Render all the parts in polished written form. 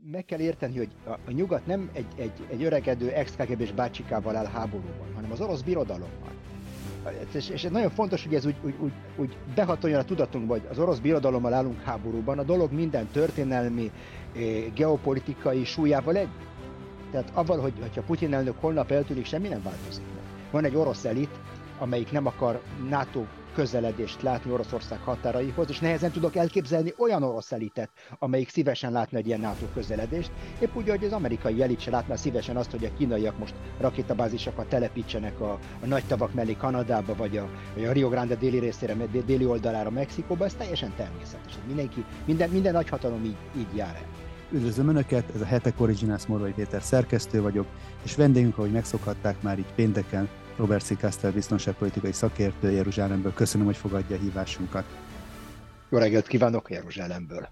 meg kell érteni, hogy a nyugat nem egy öregedő ex-KGB-s bácsikával áll háborúban, hanem az orosz birodalommal. És ez nagyon fontos, hogy ez úgy behatoljon a tudatunkba, hogy az orosz birodalommal állunk háborúban, a dolog minden történelmi, geopolitikai súlyával együtt. Tehát avval, hogyha Putyin elnök holnap eltűnik, semmi nem változik meg. Van egy orosz elit, amelyik nem akar NATO közeledést látni Oroszország határaihoz, és nehezen tudok elképzelni olyan orosz elitet, amelyik szívesen látna egy ilyen NATO közeledést. Épp úgy, hogy az amerikai elit se látná szívesen azt, hogy a kínaiak most rakétabázisokat telepítsenek a nagy tavak mellé Kanadába, vagy a Rio Grande déli részére, déli oldalára Mexikóba, ez teljesen természetes. Minden nagyhatalom így jár el. Üdvözlöm Önöket, ez a Hetek Originals, Morvai Péter szerkesztő vagyok, és vendégünk, ahogy megszokhatták már így pénteken, Robert C. Kastel biztonságpolitikai szakértő Jeruzsálemből. Köszönöm, hogy fogadja a hívásunkat. Jó reggelt kívánok Jeruzsálemből!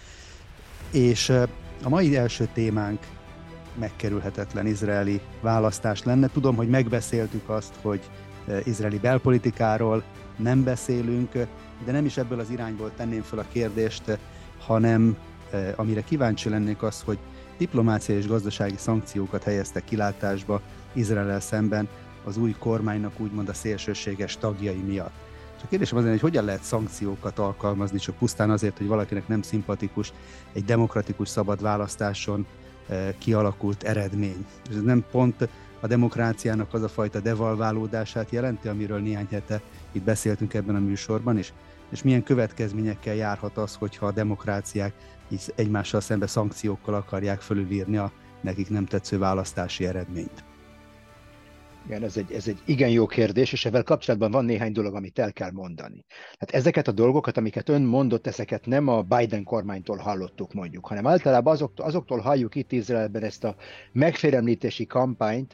És a mai első témánk megkerülhetetlen izraeli választás lenne. Tudom, hogy megbeszéltük azt, hogy izraeli belpolitikáról nem beszélünk, de nem is ebből az irányból tenném fel a kérdést, hanem amire kíváncsi lennék az, hogy diplomáciai és gazdasági szankciókat helyeztek kilátásba Izraellel szemben az új kormánynak úgymond a szélsőséges tagjai miatt. És a kérdésem az lenne, hogy hogyan lehet szankciókat alkalmazni, csak pusztán azért, hogy valakinek nem szimpatikus egy demokratikus szabad választáson kialakult eredmény. És ez nem pont a demokráciának az a fajta devalválódását jelenti, amiről néhány hete itt beszéltünk ebben a műsorban is, és milyen következményekkel járhat az, hogyha a demokráciák így egymással szembe szankciókkal akarják fölülírni a nekik nem tetsző választási eredményt. Igen, ez egy igen jó kérdés, és ezzel kapcsolatban van néhány dolog, amit el kell mondani. Hát ezeket a dolgokat, amiket ön mondott, ezeket nem a Biden kormánytól hallottuk mondjuk, hanem általában azoktól halljuk itt Izraelben ezt a megfélemlítési kampányt,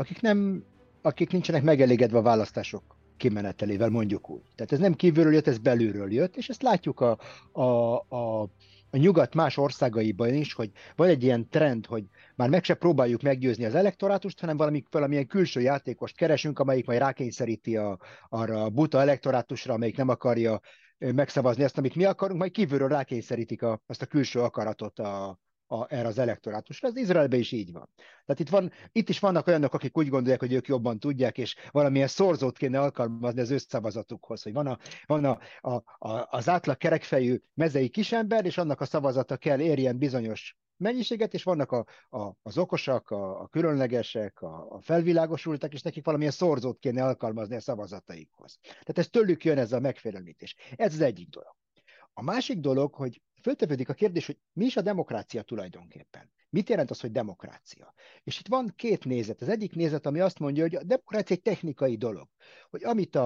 akik nincsenek megelégedve a választások kimenetelével, mondjuk úgy. Tehát ez nem kívülről jött, ez belülről jött, és ezt látjuk a nyugat más országaiban is, hogy van egy ilyen trend, hogy már meg se próbáljuk meggyőzni az elektorátust, hanem valamilyen külső játékost keresünk, amelyik majd rákényszeríti arra a buta elektorátusra, amelyik nem akarja megszavazni azt, amit mi akarunk, majd kívülről rákényszerítik azt a külső akaratot erre az elektorátusra. Ez Izraelben is így van. Tehát itt is vannak olyanok, akik úgy gondolják, hogy ők jobban tudják, és valamilyen szorzót kéne alkalmazni az ő szavazatukhoz, hogy van az átlag kerekfejű mezei kisember, és annak a szavazata kell érjen bizonyos mennyiséget, és vannak az okosak, a különlegesek, a felvilágosultak, és nekik valamilyen szorzót kéne alkalmazni a szavazataikhoz. Tehát ez tőlük jön, ez a megfélemlítés. Ez az egyik dolog. A másik dolog, hogy föltevődik a kérdés, hogy mi is a demokrácia tulajdonképpen? Mit jelent az, hogy demokrácia? És itt van két nézet. Az egyik nézet, ami azt mondja, hogy a demokrácia egy technikai dolog. Hogy amit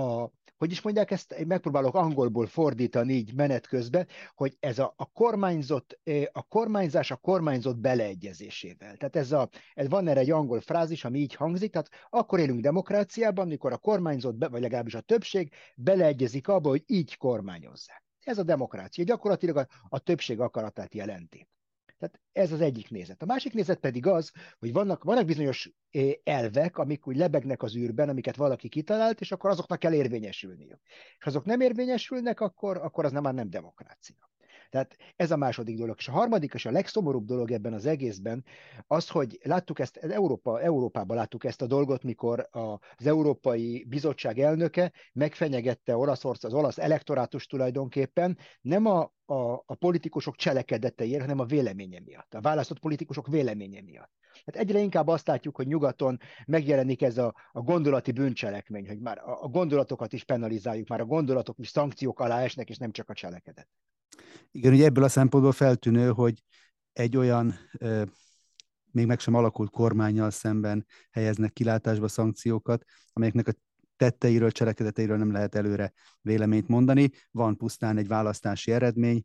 hogy is mondják ezt, megpróbálok angolból fordítani így menet közben, hogy ez a kormányzás a kormányzott beleegyezésével. Tehát ez van erre egy angol frázis, ami így hangzik, tehát akkor élünk demokráciában, amikor a kormányzott, vagy legalábbis a többség beleegyezik abba, hogy így kormányozzák. Ez a demokrácia. Gyakorlatilag a többség akaratát jelenti. Tehát ez az egyik nézet. A másik nézet pedig az, hogy vannak bizonyos elvek, amik úgy lebegnek az űrben, amiket valaki kitalált, és akkor azoknak kell érvényesülniük. És ha azok nem érvényesülnek, akkor az már nem demokrácia. Tehát ez a második dolog. És a harmadik, és a legszomorúbb dolog ebben az egészben az, hogy láttuk ezt, Európában láttuk ezt a dolgot, mikor az Európai Bizottság elnöke megfenyegette az olasz elektorátus tulajdonképpen, nem a politikusok cselekedeteiért, hanem a véleménye miatt, a választott politikusok véleménye miatt. Hát egyre inkább azt látjuk, hogy nyugaton megjelenik ez a gondolati bűncselekmény, hogy már a gondolatokat is penalizáljuk, már a gondolatok is szankciók alá esnek, és nem csak a cselekedet. Igen, ugye ebből a szempontból feltűnő, hogy egy olyan még meg sem alakult kormánnyal szemben helyeznek kilátásba szankciókat, amelyeknek a tetteiről, cselekedeteiről nem lehet előre véleményt mondani. Van pusztán egy választási eredmény,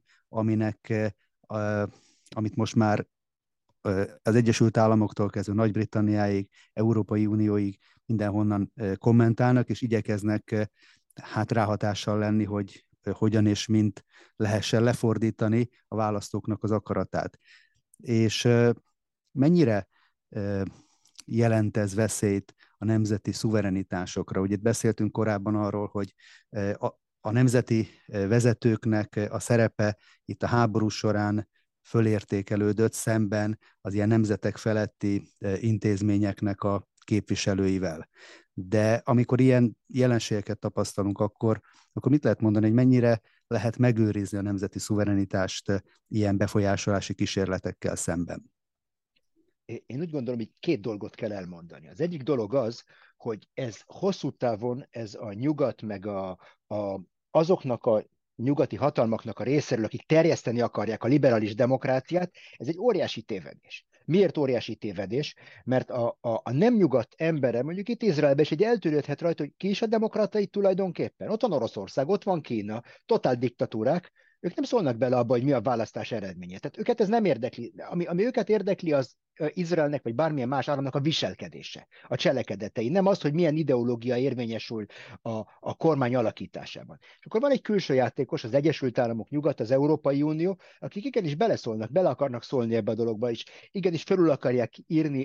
amit most már az Egyesült Államoktól kezdve Nagy-Britanniáig, Európai Unióig mindenhonnan kommentálnak, és igyekeznek ráhatással lenni, hogy hogyan és mint lehessen lefordítani a választóknak az akaratát. És mennyire jelent ez veszélyt a nemzeti szuverenitásokra? Ugye beszéltünk korábban arról, hogy a nemzeti vezetőknek a szerepe itt a háború során fölértékelődött szemben az ilyen nemzetek feletti intézményeknek a képviselőivel. De amikor ilyen jelenségeket tapasztalunk, akkor mit lehet mondani, hogy mennyire lehet megőrizni a nemzeti szuverenitást ilyen befolyásolási kísérletekkel szemben? Én úgy gondolom, hogy két dolgot kell elmondani. Az egyik dolog az, hogy ez hosszú távon, ez a nyugat, meg azoknak a nyugati hatalmaknak a részéről, akik terjeszteni akarják a liberális demokráciát, ez egy óriási tévedés. Miért óriási tévedés? Mert a nem nyugat embere, mondjuk itt Izraelben is egy eltűrődhet rajta, hogy ki is a demokratai tulajdonképpen. Ott van Oroszország, ott van Kína, totál diktatúrák, ők nem szólnak bele abba, hogy mi a választás eredménye. Tehát őket ez nem érdekli. Ami őket érdekli, az Izraelnek vagy bármilyen más államnak a viselkedése, a cselekedetei, nem az, hogy milyen ideológia érvényesül a kormány alakításában. És akkor van egy külső játékos, az Egyesült Államok, Nyugat, az Európai Unió, akik igenis beleszólnak, bele akarnak szólni ebbe a dologba, és igenis felül akarják írni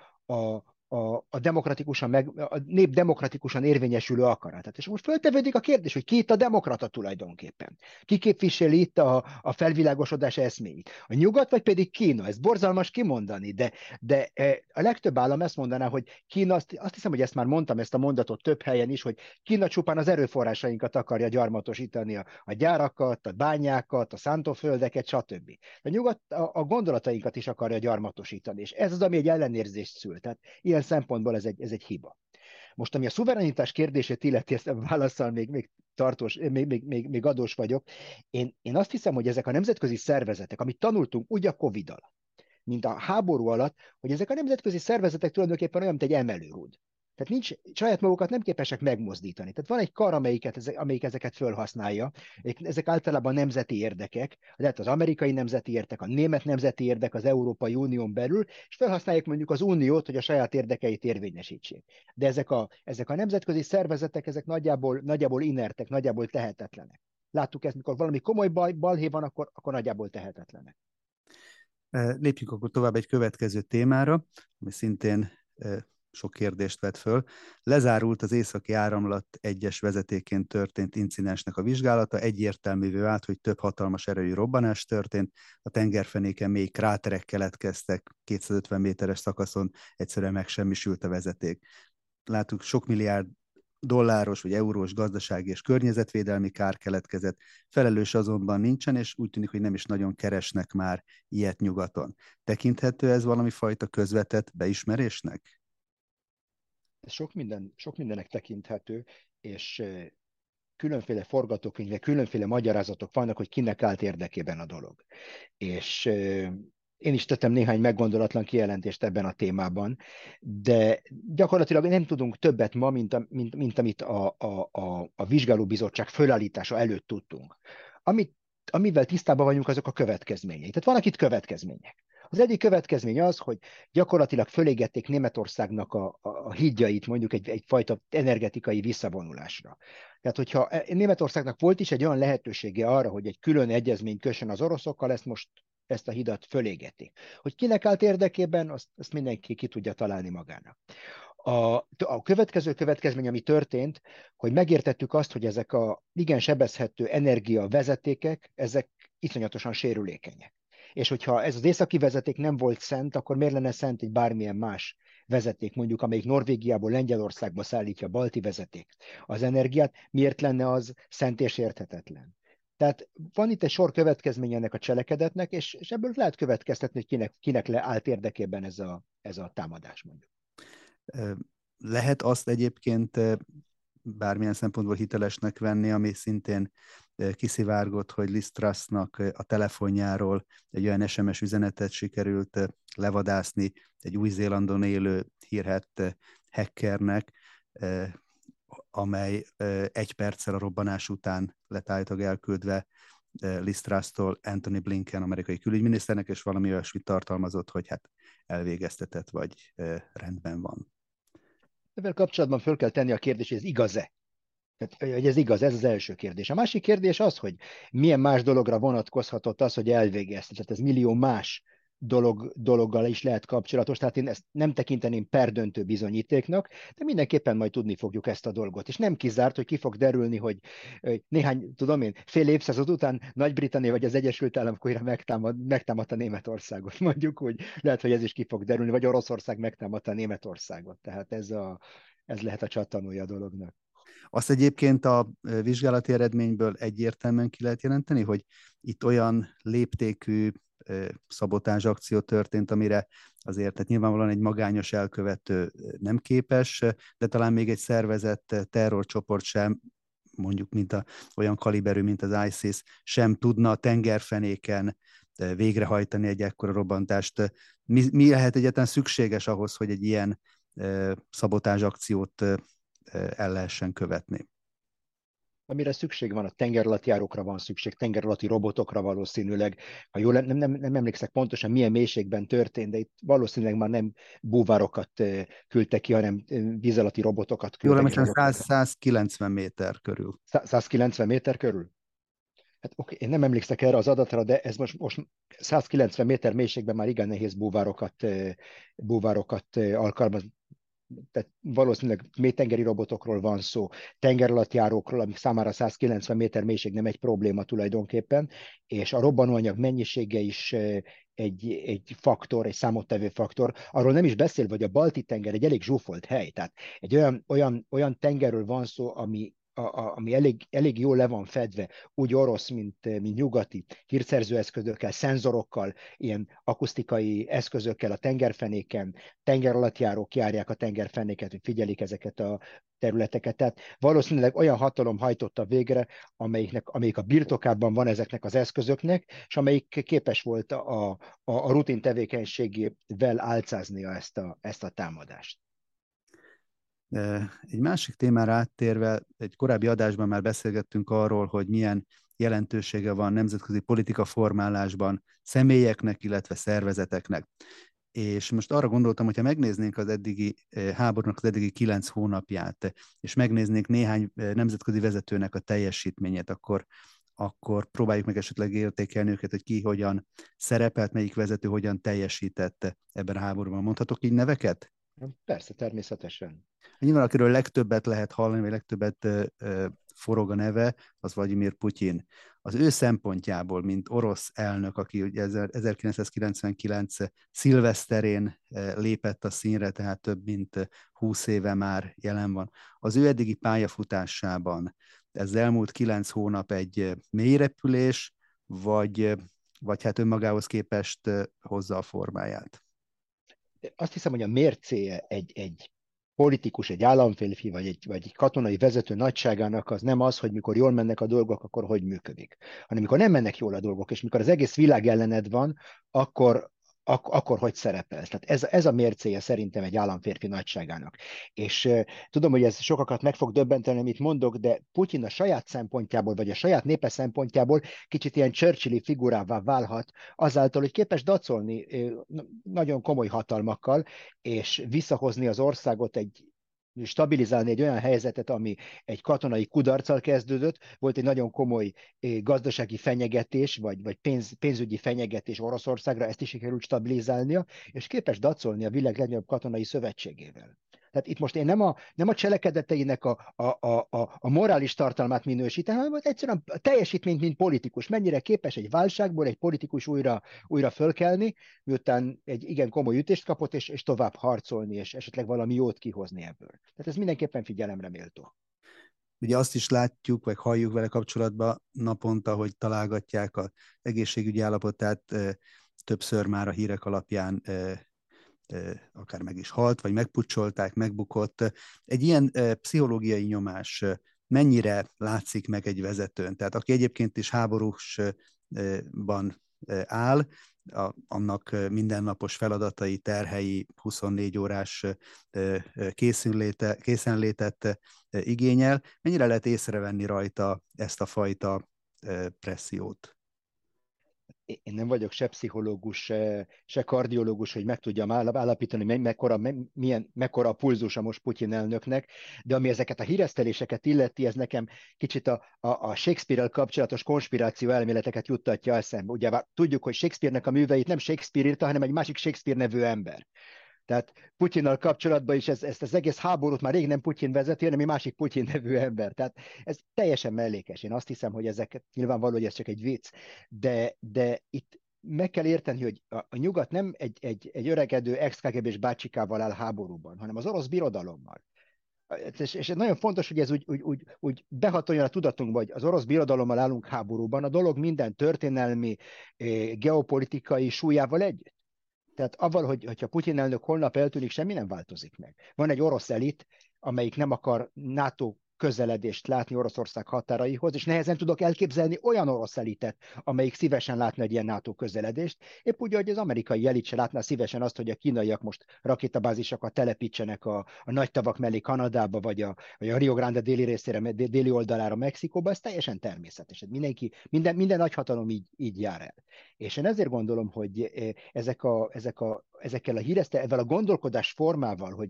a nép demokratikusan érvényesülő akaratát. És most föltevődik a kérdés, hogy ki itt a demokrata tulajdonképpen? Ki képviseli itt a felvilágosodás eszméit? A nyugat, vagy pedig Kína? Ez borzalmas kimondani, de a legtöbb állam ezt mondaná, hogy Kína, azt hiszem, hogy ezt már mondtam, ezt a mondatot több helyen is, hogy Kína csupán az erőforrásainkat akarja gyarmatosítani, a gyárakat, a bányákat, a szántóföldeket, stb. A nyugat a gondolatainkat is akarja gyarmatosítani, és ez az, ami egy ellenérzést szül. Tehát ilyen szempontból ez egy hiba. Most, ami a szuverenitás kérdését illeti, ezt a válaszsal még tartós, még adós vagyok. Én azt hiszem, hogy ezek a nemzetközi szervezetek, amit tanultunk úgy a Covid alatt, mint a háború alatt, hogy ezek a nemzetközi szervezetek tulajdonképpen olyan, mint egy emelőrúd. Tehát saját magukat nem képesek megmozdítani. Tehát van egy kar, amelyik ezeket fölhasználja. Ezek általában nemzeti érdekek, lehet az amerikai nemzeti érdek, a német nemzeti érdek az Európai Unión belül, és felhasználják mondjuk az uniót, hogy a saját érdekeit érvényesítsék. De ezek a nemzetközi szervezetek, ezek nagyjából inertek, nagyjából tehetetlenek. Láttuk ezt, mikor valami komoly balhé van, akkor nagyjából tehetetlenek. Lépjünk akkor tovább egy következő témára, ami szintén sok kérdést vet föl. Lezárult az Északi Áramlat 1-es vezetékén történt incidensnek a vizsgálata, egyértelművé vált, hogy több hatalmas erői robbanás történt, a tengerfenéken mély kráterek keletkeztek, 250 méteres szakaszon egyszerűen megsemmisült a vezeték. Láttuk, sok milliárd dolláros vagy eurós gazdasági és környezetvédelmi kár keletkezett, felelős azonban nincsen, és úgy tűnik, hogy nem is nagyon keresnek már ilyet nyugaton. Tekinthető ez valami fajta közvetett beismerésnek? Ez sok mindennek tekinthető, és különféle forgatókönyvek, különféle magyarázatok vannak, hogy kinek állt érdekében a dolog. És én is tettem néhány meggondolatlan kijelentést ebben a témában, de gyakorlatilag nem tudunk többet ma, mint amit a vizsgálóbizottság fölállítása előtt tudtunk. Amivel tisztában vagyunk, azok a következményei. Tehát vannak itt következmények. Az egyik következmény az, hogy gyakorlatilag fölégették Németországnak a hídjait mondjuk egyfajta energetikai visszavonulásra. Tehát, hogyha Németországnak volt is egy olyan lehetősége arra, hogy egy külön egyezményt kössön az oroszokkal, ezt a hidat fölégetik. Hogy kinek állt érdekében, azt mindenki ki tudja találni magának. A következő következmény, ami történt, hogy megértettük azt, hogy ezek a igen sebezhető energiavezetékek, ezek iszonyatosan sérülékenyek. És hogyha ez az északi vezeték nem volt szent, akkor miért lenne szent egy bármilyen más vezeték, mondjuk amelyik Norvégiából, Lengyelországba szállítja, a balti vezeték az energiát, miért lenne az szent és érthetetlen? Tehát van itt egy sor következmény ennek a cselekedetnek, és ebből lehet következtetni, hogy kinek állt érdekében ez a támadás, mondjuk. Lehet azt egyébként bármilyen szempontból hitelesnek venni, ami szintén kiszivárgott, hogy Liz Trussnak a telefonjáról egy olyan SMS üzenetet sikerült levadászni egy Új-Zélandon élő hírhedt hackernek, amely 1 perccel a robbanás után lett állítólag elküldve Liz Truss-tól Antony Blinken, amerikai külügyminiszternek, és valami olyasmit tartalmazott, hogy hát elvégeztetett, vagy rendben van. Ezzel kapcsolatban föl kell tenni a kérdést, hogy ez igaz-e? Hogy ez igaz, ez az első kérdés. A másik kérdés az, hogy milyen más dologra vonatkozhatott az, hogy elvégezte. Tehát ez millió más dologgal is lehet kapcsolatos, tehát én ezt nem tekinteném perdöntő bizonyítéknak, de mindenképpen majd tudni fogjuk ezt a dolgot. És nem kizárt, hogy ki fog derülni, hogy néhány, tudom én, fél évszázad után Nagy-Britannia vagy az Egyesült Államok újra megtámadta Németországot, mondjuk, hogy lehet, hogy ez is ki fog derülni, vagy Oroszország megtámadta Németországot. Tehát ez lehet a csattanója a dolognak. Azt egyébként a vizsgálati eredményből egyértelműen ki lehet jelenteni, hogy itt olyan léptékű szabotázsakció történt, amire azért tehát nyilvánvalóan egy magányos elkövető nem képes, de talán még egy szervezett terrorcsoport sem, mondjuk olyan kaliberű, mint az ISIS, sem tudna tengerfenéken végrehajtani egy ekkora robbantást. Mi lehet egyáltalán szükséges ahhoz, hogy egy ilyen szabotázsakciót el lehessen követni? Amire szükség van, a tengeralattjárókra van szükség, tengeralatti robotokra valószínűleg. Ha jól nem emlékszek pontosan, milyen mélységben történt, de itt valószínűleg már nem búvárokat küldtek ki, hanem víz alatti robotokat Jól küldtek. emlékszem, 190 méter körül. 190 méter körül? Hát oké, én nem emlékszek erre az adatra, de ez most 190 méter mélységben már igen nehéz búvárokat alkalmaz. Tehát valószínűleg mélytengeri robotokról van szó, tengeralattjárókról, amik számára 190 méter mélység nem egy probléma tulajdonképpen, és a robbanóanyag mennyisége is egy faktor, egy számottevő faktor. Arról nem is beszélve, hogy a Balti-tenger egy elég zsúfolt hely, tehát egy olyan tengerről van szó, ami elég jól le van fedve, úgy orosz, mint nyugati hírszerző eszközökkel, szenzorokkal, ilyen akusztikai eszközökkel a tengerfenéken, tengeralattjárók járják a tengerfenéket, hogy figyelik ezeket a területeket. Tehát valószínűleg olyan hatalom hajtotta végre, amelyik a birtokában van ezeknek az eszközöknek, és amelyik képes volt a rutin tevékenységével álcáznia ezt a támadást. Egy másik témára áttérve, egy korábbi adásban már beszélgettünk arról, hogy milyen jelentősége van nemzetközi politika formálásban személyeknek, illetve szervezeteknek. És most arra gondoltam, hogyha megnéznénk az eddigi háborúnak az eddigi 9 hónapját, és megnéznénk néhány nemzetközi vezetőnek a teljesítményét, akkor próbáljuk meg esetleg értékelni őket, hogy ki hogyan szerepelt, melyik vezető hogyan teljesített ebben a háborúban. Mondhatok így neveket? Persze, természetesen. Nyilván, akiről legtöbbet lehet hallani, vagy legtöbbet forog a neve, az Vladimir Putyin. Az ő szempontjából, mint orosz elnök, aki ugye 1999 szilveszterén lépett a színre, tehát több mint 20 éve már jelen van. Az ő eddigi pályafutásában ez elmúlt 9 hónap egy mélyrepülés, vagy hát önmagához képest hozza a formáját? Azt hiszem, hogy a mércéje egy politikus, egy államférfi, vagy egy katonai vezető nagyságának az nem az, hogy mikor jól mennek a dolgok, akkor hogy működik, hanem mikor nem mennek jól a dolgok, és mikor az egész világ ellened van, akkor hogy szerepelsz. Tehát ez a mércéje szerintem egy államférfi nagyságának. És tudom, hogy ez sokakat meg fog döbbenteni, amit mondok, de Putyin a saját szempontjából, vagy a saját népe szempontjából kicsit ilyen Churchilli figurává válhat, azáltal, hogy képes dacolni nagyon komoly hatalmakkal, és visszahozni az országot stabilizálni egy olyan helyzetet, ami egy katonai kudarccal kezdődött, volt egy nagyon komoly gazdasági fenyegetés, vagy pénzügyi fenyegetés Oroszországra, ezt is sikerült stabilizálnia, és képes dacolni a világ legnagyobb katonai szövetségével. Tehát itt most én nem a cselekedeteinek a morális tartalmát minősítem, hanem egyszerűen a teljesítményt, mint politikus. Mennyire képes egy válságból egy politikus újra fölkelni, miután egy igen komoly ütést kapott, és tovább harcolni, és esetleg valami jót kihozni ebből. Tehát ez mindenképpen figyelemre méltó. Ugye azt is látjuk, vagy halljuk vele kapcsolatban naponta, hogy találgatják az egészségügyi állapotát, többször már a hírek alapján akár meg is halt, vagy megpucsolták, megbukott. Egy ilyen pszichológiai nyomás mennyire látszik meg egy vezetőn? Tehát aki egyébként is háborúsban áll, annak mindennapos feladatai, terhei, 24 órás készenlétet igényel. Mennyire lehet észrevenni rajta ezt a fajta pressziót? én nem vagyok se pszichológus, se kardiológus, hogy meg tudjam állapítani, hogy mekkora a pulzusa most Putyin elnöknek, de ami ezeket a híreszteléseket illeti, ez nekem kicsit a Shakespeare-rel kapcsolatos konspiráció elméleteket juttatja eszembe. Ugye tudjuk, hogy Shakespeare-nek a műveit nem Shakespeare írta, hanem egy másik Shakespeare nevű ember. Tehát Putyinnal kapcsolatban is ezt az egész háborút már rég nem Putyin vezeti, hanem egy másik Putyin nevű ember. Tehát ez teljesen mellékes. Én azt hiszem, hogy ezek nyilvánvaló, hogy ez csak egy vicc, de itt meg kell érteni, hogy a nyugat nem egy öregedő ex-KGB-s bácsikával áll háborúban, hanem az orosz birodalommal. És nagyon fontos, hogy ez úgy behatoljon a tudatunkba, hogy az orosz birodalommal állunk háborúban, a dolog minden történelmi, geopolitikai súlyával együtt. Tehát avval, hogyha Putyin elnök holnap eltűnik, semmi nem változik meg. Van egy orosz elit, amelyik nem akar NATO közeledést látni Oroszország határaihoz, és nehezen tudok elképzelni olyan orosz elitet, amelyik szívesen látna egy ilyen NATO közeledést. Épp úgy, hogy az amerikai elit se látná szívesen azt, hogy a kínaiak most rakétabázisokat telepítsenek a nagy tavak mellé Kanadába, vagy a Rio Grande déli részére, déli oldalára Mexikóba, ez teljesen természetes. Minden nagyhatalom így jár el. És én ezért gondolom, hogy ezekkel a ezzel a gondolkodás formával, hogy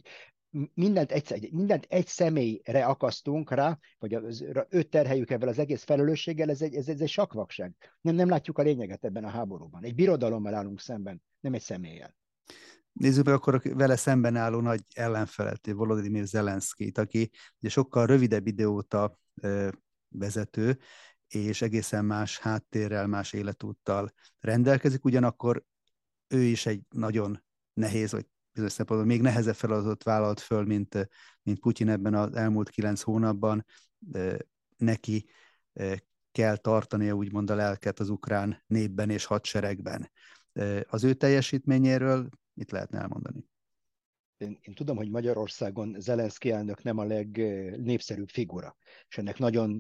mindent egy személyre akasztunk rá, vagy őt terheljük ebben az egész felelősséggel, ez egy sakvakság. Nem látjuk a lényeget ebben a háborúban. Egy birodalommal állunk szemben, nem egy személlyel. Nézzük meg akkor vele szemben álló nagy ellenfelet, Volodymyr Zelenszkijt, aki ugye sokkal rövidebb idő óta vezető, és egészen más háttérrel, más életúttal rendelkezik, ugyanakkor ő is egy nagyon nehéz, vagy bizonyos szempontból még nehezebb feladatot vállalt föl, mint Putyin ebben az elmúlt 9 hónapban. Neki kell tartania úgymond a lelket az ukrán népben és hadseregben. Az ő teljesítményéről mit lehetne elmondani? Én tudom, hogy Magyarországon Zelenszkij elnök nem a legnépszerűbb figura, és ennek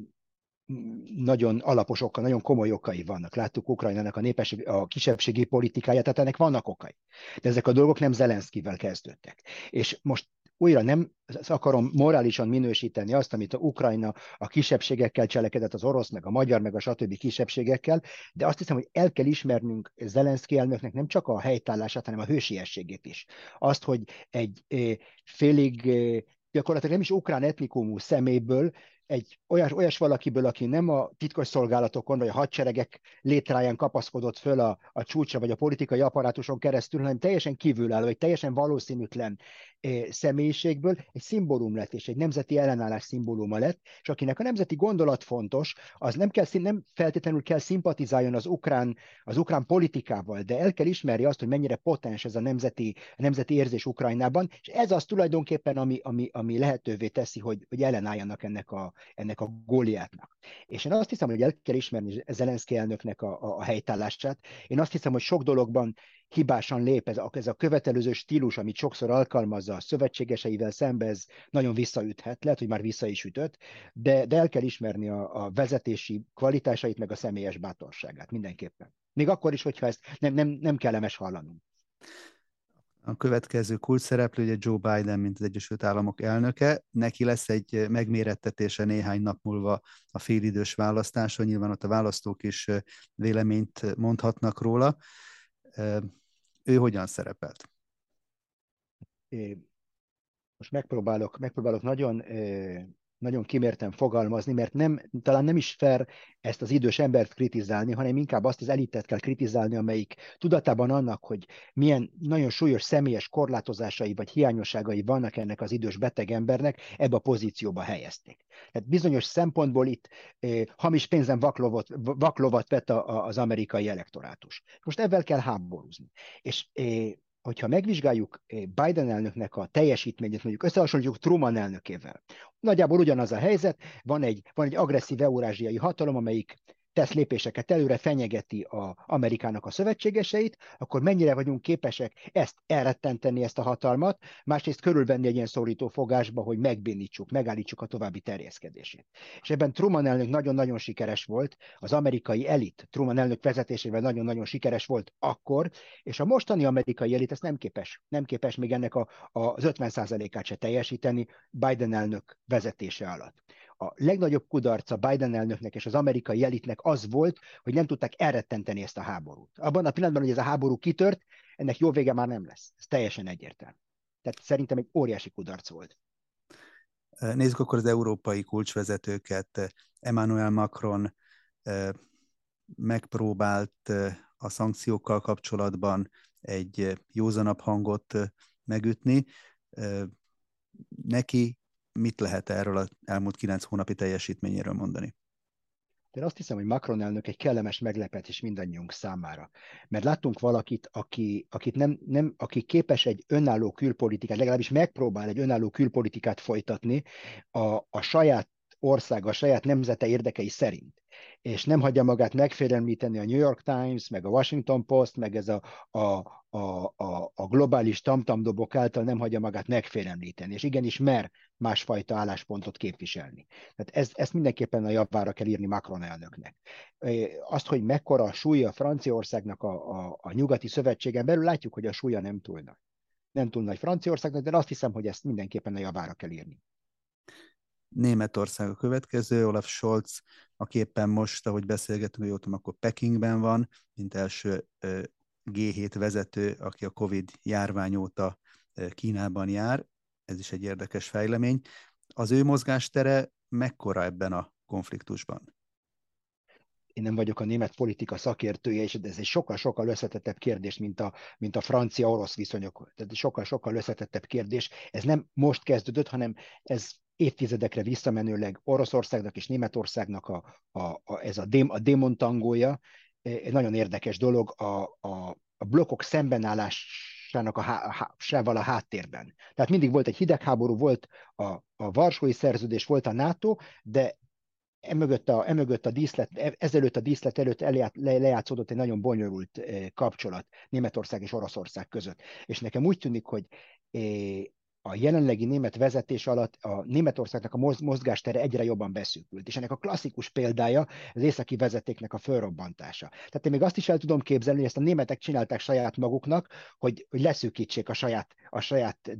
nagyon alapos oka, nagyon komoly okai vannak. Láttuk Ukrajnának a kisebbségi politikáját, tehát ennek vannak okai. De ezek a dolgok nem Zelenszkivel kezdődtek. És most újra nem akarom morálisan minősíteni azt, amit a Ukrajna a kisebbségekkel cselekedett, az orosz, meg a magyar, meg a stb. Kisebbségekkel, de azt hiszem, hogy el kell ismernünk Zelenszkij elnöknek nem csak a helytállását, hanem a hősiességét is. Azt, hogy egy félig gyakorlatilag nem is ukrán etnikumú szeméből egy olyas valakiből, aki nem a titkosszolgálatokon vagy a hadseregek létráján kapaszkodott föl a csúcsra vagy a politikai apparátuson keresztül, hanem teljesen kívülálló, egy teljesen valószínűtlen személyiségből egy szimbólum lett, és egy nemzeti ellenállás szimbóluma lett, és akinek a nemzeti gondolat fontos, az nem feltétlenül kell szimpatizáljon az ukrán politikával, de el kell ismerni azt, hogy mennyire potens ez a nemzeti érzés Ukrajnában, és ez az tulajdonképpen, ami lehetővé teszi, hogy ellenálljanak ennek a Góliátnak. És én azt hiszem, hogy el kell ismerni Zelenszkij elnöknek a helytállását. Én azt hiszem, hogy sok dologban hibásan lép ez a követelőző stílus, amit sokszor alkalmazza a szövetségeseivel szemben, ez nagyon visszaüthet, lehet, hogy már vissza is ütött, de el kell ismerni a vezetési kvalitásait, meg a személyes bátorságát mindenképpen. Még akkor is, hogyha ezt nem kellemes hallanunk. A következő kulcsszereplő ugye Joe Biden, mint az Egyesült Államok elnöke. Neki lesz egy megmérettetése néhány nap múlva a félidős választáson. Nyilván ott a választók is véleményt mondhatnak róla. Ő hogyan szerepelt? Most megpróbálok nagyon kimérten fogalmazni, mert talán nem is fair ezt az idős embert kritizálni, hanem inkább azt az elitet kell kritizálni, amelyik tudatában annak, hogy milyen nagyon súlyos személyes korlátozásai vagy hiányosságai vannak ennek az idős beteg embernek, ebbe a pozícióba helyezték. Tehát bizonyos szempontból itt hamis pénzen vaklovat vett az amerikai elektorátus. Most ebben kell háborúzni. És hogyha megvizsgáljuk Biden elnöknek a teljesítményét, mondjuk összehasonlítjuk Truman elnökével, nagyjából ugyanaz a helyzet, van egy agresszív eurázsiai hatalom, amelyik tesz lépéseket előre, fenyegeti Amerikának a szövetségeseit, akkor mennyire vagyunk képesek ezt elrettenteni, ezt a hatalmat, másrészt körülvenni egy ilyen szorító fogásba, hogy megállítsuk a további terjeszkedését. És ebben Truman elnök nagyon-nagyon sikeres volt, az amerikai elit Truman elnök vezetésével nagyon-nagyon sikeres volt akkor, és a mostani amerikai elit ezt nem képes még ennek az 50%-át se teljesíteni Biden elnök vezetése alatt. a legnagyobb kudarca Biden elnöknek és az amerikai elitnek az volt, hogy nem tudták elrettenteni ezt a háborút. Abban a pillanatban, hogy ez a háború kitört, ennek jó vége már nem lesz. Ez teljesen egyértelmű. Tehát szerintem egy óriási kudarc volt. Nézzük akkor az európai kulcsvezetőket. Emmanuel Macron megpróbált a szankciókkal kapcsolatban egy józanabb hangot megütni. Neki mit lehet erről az elmúlt 9 hónapi teljesítményéről mondani? De én azt hiszem, hogy Macron elnök egy kellemes meglepetés mindannyiunk számára. Mert láttunk valakit, aki képes egy önálló külpolitikát, legalábbis megpróbál egy önálló külpolitikát folytatni a saját országa, a saját nemzete érdekei szerint. És nem hagyja magát megfélemlíteni a New York Times, meg a Washington Post, meg ez a globális tamtamdobok által nem hagyja magát megfélemlíteni. És igenis mer másfajta álláspontot képviselni. Tehát ezt mindenképpen a javára kell írni Macron elnöknek. Azt, hogy mekkora a súlya Franciaországnak a nyugati szövetségen belül, látjuk, hogy a súlya nem túl nagy. Nem túl nagy Franciaországnak, de azt hiszem, hogy ezt mindenképpen a javára kell írni. Németország a következő, Olaf Scholz, aki éppen most, ahogy beszélgetünk, hogy akkor Pekingben van, mint első G7 vezető, aki a Covid járvány óta Kínában jár. Ez is egy érdekes fejlemény. Az ő mozgástere mekkora ebben a konfliktusban? Én nem vagyok a német politika szakértője, és ez egy sokkal-sokkal összetettebb kérdés, mint a francia-orosz viszonyok. Tehát sokkal-sokkal összetettebb kérdés. Ez nem most kezdődött, hanem ez évtizedekre visszamenőleg Oroszországnak és Németországnak ez a démontangója. Egy nagyon érdekes dolog a blokkok szembenállásának a háttérben. Tehát mindig volt egy hidegháború, volt a Varsói Szerződés, volt a NATO, de ezelőtt a díszlet előtt lejátszódott egy nagyon bonyolult kapcsolat Németország és Oroszország között. És nekem úgy tűnik, hogy a jelenlegi német vezetés alatt a Németországnak a mozgástere egyre jobban beszűkült. És ennek a klasszikus példája az északi vezetéknek a fölrobbantása. Tehát én még azt is el tudom képzelni, hogy ezt a németek csinálták saját maguknak, hogy leszűkítsék a saját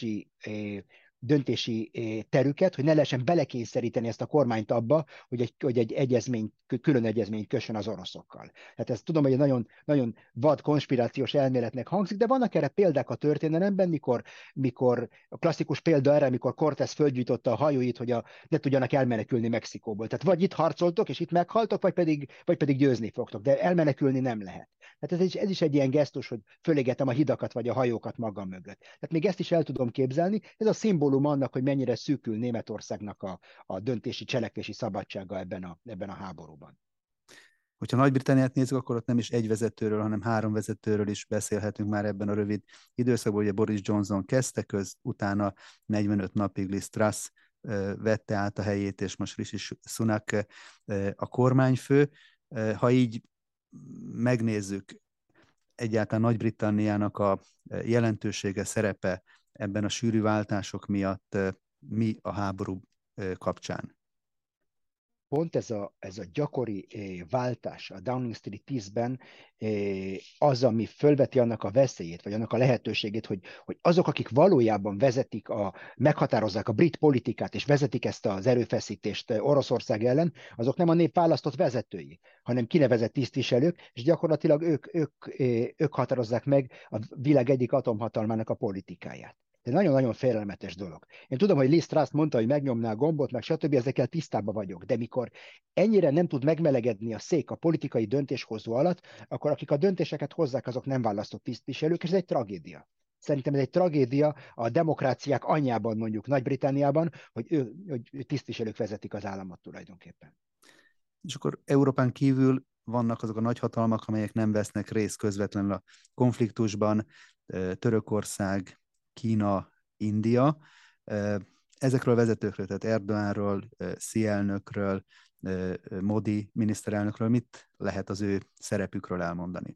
döntési terüket, hogy ne lehessen belekényszeríteni ezt a kormányt abba, hogy egy külön egyezményt kössön az oroszokkal. Tehát ezt tudom, hogy egy nagyon, nagyon vad konspirációs elméletnek hangzik, de vannak erre példák a történelemben, mikor a klasszikus példa erre, amikor Cortés földgyújtotta a hajóit, hogy ne tudjanak elmenekülni Mexikóból. Tehát vagy itt harcoltok, és itt meghaltok, vagy pedig győzni fogtok, de elmenekülni nem lehet. Tehát ez is egy ilyen gesztus, hogy fölégetem a hidakat vagy a hajókat magam mögött. Tehát még ezt is el tudom képzelni. Ez a szimbólum annak, hogy mennyire szűkül Németországnak a döntési, cselekvési szabadsága ebben a háborúban. Hogyha Nagy-Britanniát nézzük, akkor ott nem is egy vezetőről, hanem 3 vezetőről is beszélhetünk már ebben a rövid időszakban. Ugye Boris Johnson kezdte utána 45 napig Liz Truss vette át a helyét, és most Rishi Sunak a kormányfő. Ha így megnézzük egyáltalán Nagy-Britanniának a jelentősége, szerepe ebben a sűrű váltások miatt, mi a háború kapcsán? Pont ez a gyakori váltás a Downing Street 10-ben az, ami fölveti annak a veszélyét, vagy annak a lehetőségét, hogy azok, akik valójában meghatározzák a brit politikát, és vezetik ezt az erőfeszítést Oroszország ellen, azok nem a nép választott vezetői, hanem kinevezett tisztviselők, és gyakorlatilag ők határozzák meg a világ egyik atomhatalmának a politikáját. Ez nagyon-nagyon félelmetes dolog. Én tudom, hogy Liz Truss mondta, hogy megnyomná a gombot, meg stb., ezekkel tisztában vagyok, de mikor ennyire nem tud megmelegedni a szék a politikai döntéshozó alatt, akkor akik a döntéseket hozzák, azok nem választott tisztviselők, és ez egy tragédia. Szerintem ez egy tragédia a demokráciák anyjában, mondjuk Nagy-Britanniában, hogy tisztviselők vezetik az államot tulajdonképpen. És akkor Európán kívül vannak azok a nagyhatalmak, amelyek nem vesznek részt közvetlenül a konfliktusban, Törökország, Kína, India. Ezekről a vezetőkről, tehát Erdoğanról, Xi elnökről, Modi miniszterelnökről mit lehet az ő szerepükről elmondani?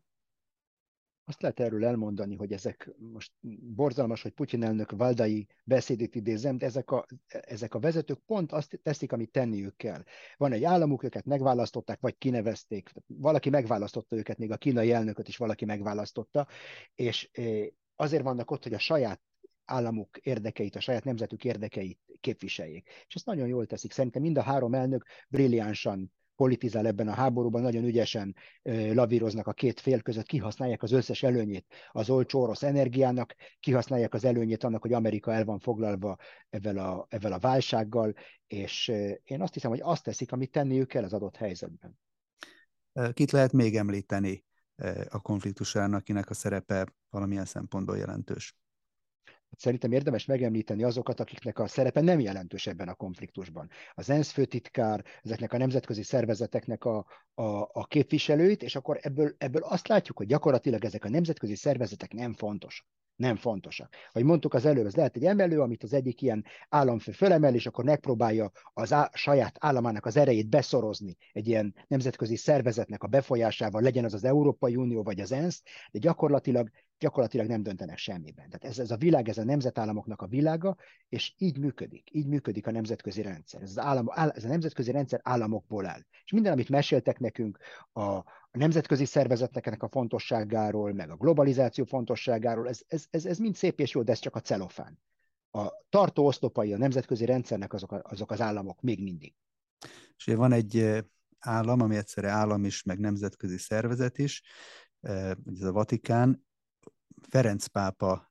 Azt lehet erről elmondani, hogy ezek most borzalmas, hogy Putyin elnök Valdai beszédét idézem, de ezek a vezetők pont azt teszik, amit tenniük kell. Van egy államuk, őket megválasztották, vagy kinevezték. Valaki megválasztotta őket, még a kínai elnököt is valaki megválasztotta, és azért vannak ott, hogy a saját államuk érdekeit, a saját nemzetük érdekeit képviseljék. És ezt nagyon jól teszik. Szerintem mind a három elnök brilliánsan politizál ebben a háborúban, nagyon ügyesen lavíroznak a két fél között, kihasználják az összes előnyét az olcsó orosz energiának, kihasználják az előnyét annak, hogy Amerika el van foglalva ezzel a válsággal, és én azt hiszem, hogy azt teszik, amit tenniük kell az adott helyzetben. Kit lehet még említeni a konfliktus során, akinek a szerepe valamilyen szempontból jelentős? Szerintem érdemes megemlíteni azokat, akiknek a szerepe nem jelentős ebben a konfliktusban. Az ENSZ főtitkár, ezeknek a nemzetközi szervezeteknek a képviselőit, és akkor ebből azt látjuk, hogy gyakorlatilag ezek a nemzetközi szervezetek nem fontosak. Nem fontosak. Ahogy mondtuk az előbb, ez lehet egy emelő, amit az egyik ilyen államfő fölemel, és akkor megpróbálja saját államának az erejét beszorozni egy ilyen nemzetközi szervezetnek a befolyásával, legyen az az Európai Unió vagy az ENSZ, de gyakorlatilag nem döntenek semmiben. Tehát ez a világ, ez a nemzetállamoknak a világa, és így működik a nemzetközi rendszer. Ez a nemzetközi rendszer államokból áll. És minden, amit meséltek nekünk a nemzetközi szervezeteknek a fontosságáról, meg a globalizáció fontosságáról, ez mind szép és jó, de ez csak a celofán. A tartó oszlopai a nemzetközi rendszernek azok az államok még mindig. És van egy állam, ami egyszerre állam is, meg nemzetközi szervezet is, ez a Vatikán. Ferenc pápa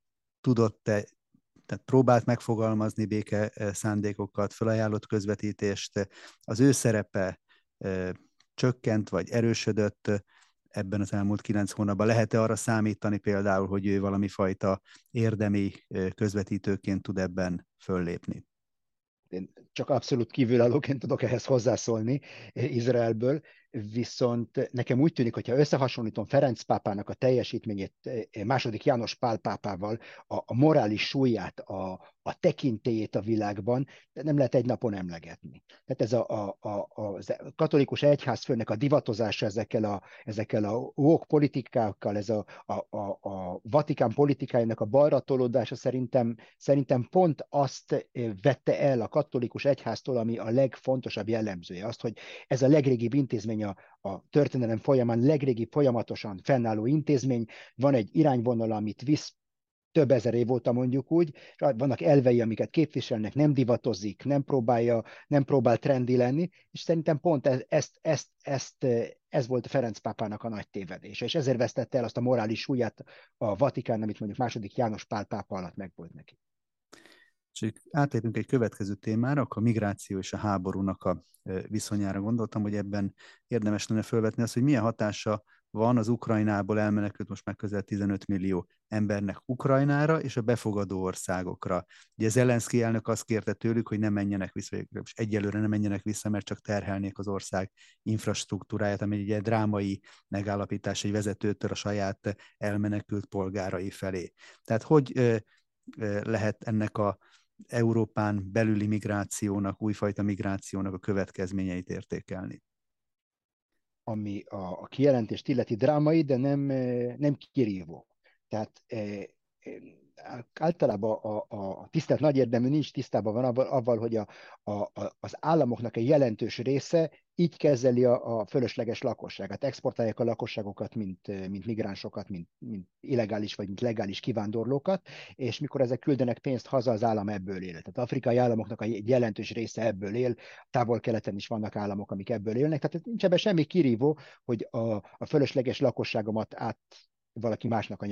tehát próbált megfogalmazni béke szándékokat, felajánlott közvetítést, az ő szerepe csökkent vagy erősödött ebben az elmúlt 9 hónapban. Lehet-e arra számítani például, hogy ő valami fajta érdemi közvetítőként tud ebben föllépni? Én csak abszolút kívülállóként tudok ehhez hozzászólni Izraelből, viszont nekem úgy tűnik, hogyha összehasonlítom Ferenc pápának a teljesítményét második János Pál pápával, a morális súlyát, a tekintélyét a világban, nem lehet egy napon emlegetni. Tehát ez a katolikus egyházfőnek a divatozása ezekkel a woke politikákkal, ez a Vatikán politikájának a balra tolódása szerintem pont azt vette el a katolikus egyháztól, ami a legfontosabb jellemzője. Azt, hogy ez a legrégibb intézmény, a történelem folyamán legrégibb folyamatosan fennálló intézmény, van egy irányvonal, amit visz több ezer év óta mondjuk úgy, vannak elvei, amiket képviselnek, nem divatozik, nem próbál trendi lenni, és szerintem pont ez volt a Ferenc pápának a nagy tévedése, és ezért vesztette el azt a morális súlyát a Vatikán, amit mondjuk második János Pál pápa alatt megvolt neki. És átlépünk egy következő témára, akkor a migráció és a háborúnak a viszonyára gondoltam, hogy ebben érdemes lenne felvetni azt, hogy milyen hatása van az Ukrajnából elmenekült most már közel 15 millió embernek Ukrajnára és a befogadó országokra. Ugye Zelenszky elnök azt kérte tőlük, hogy ne menjenek vissza, és egyelőre ne menjenek vissza, mert csak terhelnék az ország infrastruktúráját, ami egy drámai megállapítás egy vezetőtől a saját elmenekült polgárai felé. Tehát hogy lehet ennek a Európán belüli migrációnak, újfajta migrációnak a következményeit értékelni? Ami a kijelentést illeti drámai, de nem kirívó. Tehát általában a tisztelt nagy érdemű nincs tisztában van avval, hogy az államoknak egy jelentős része így kezeli a fölösleges lakosságot. Exportálják a lakosságokat, mint migránsokat, mint illegális vagy mint legális kivándorlókat, és mikor ezek küldenek pénzt haza, az állam ebből él. Tehát afrikai államoknak egy jelentős része ebből él, távol-keleten is vannak államok, amik ebből élnek. Tehát nincs ebben semmi kirívó, hogy a fölösleges lakosságomat valaki másnak a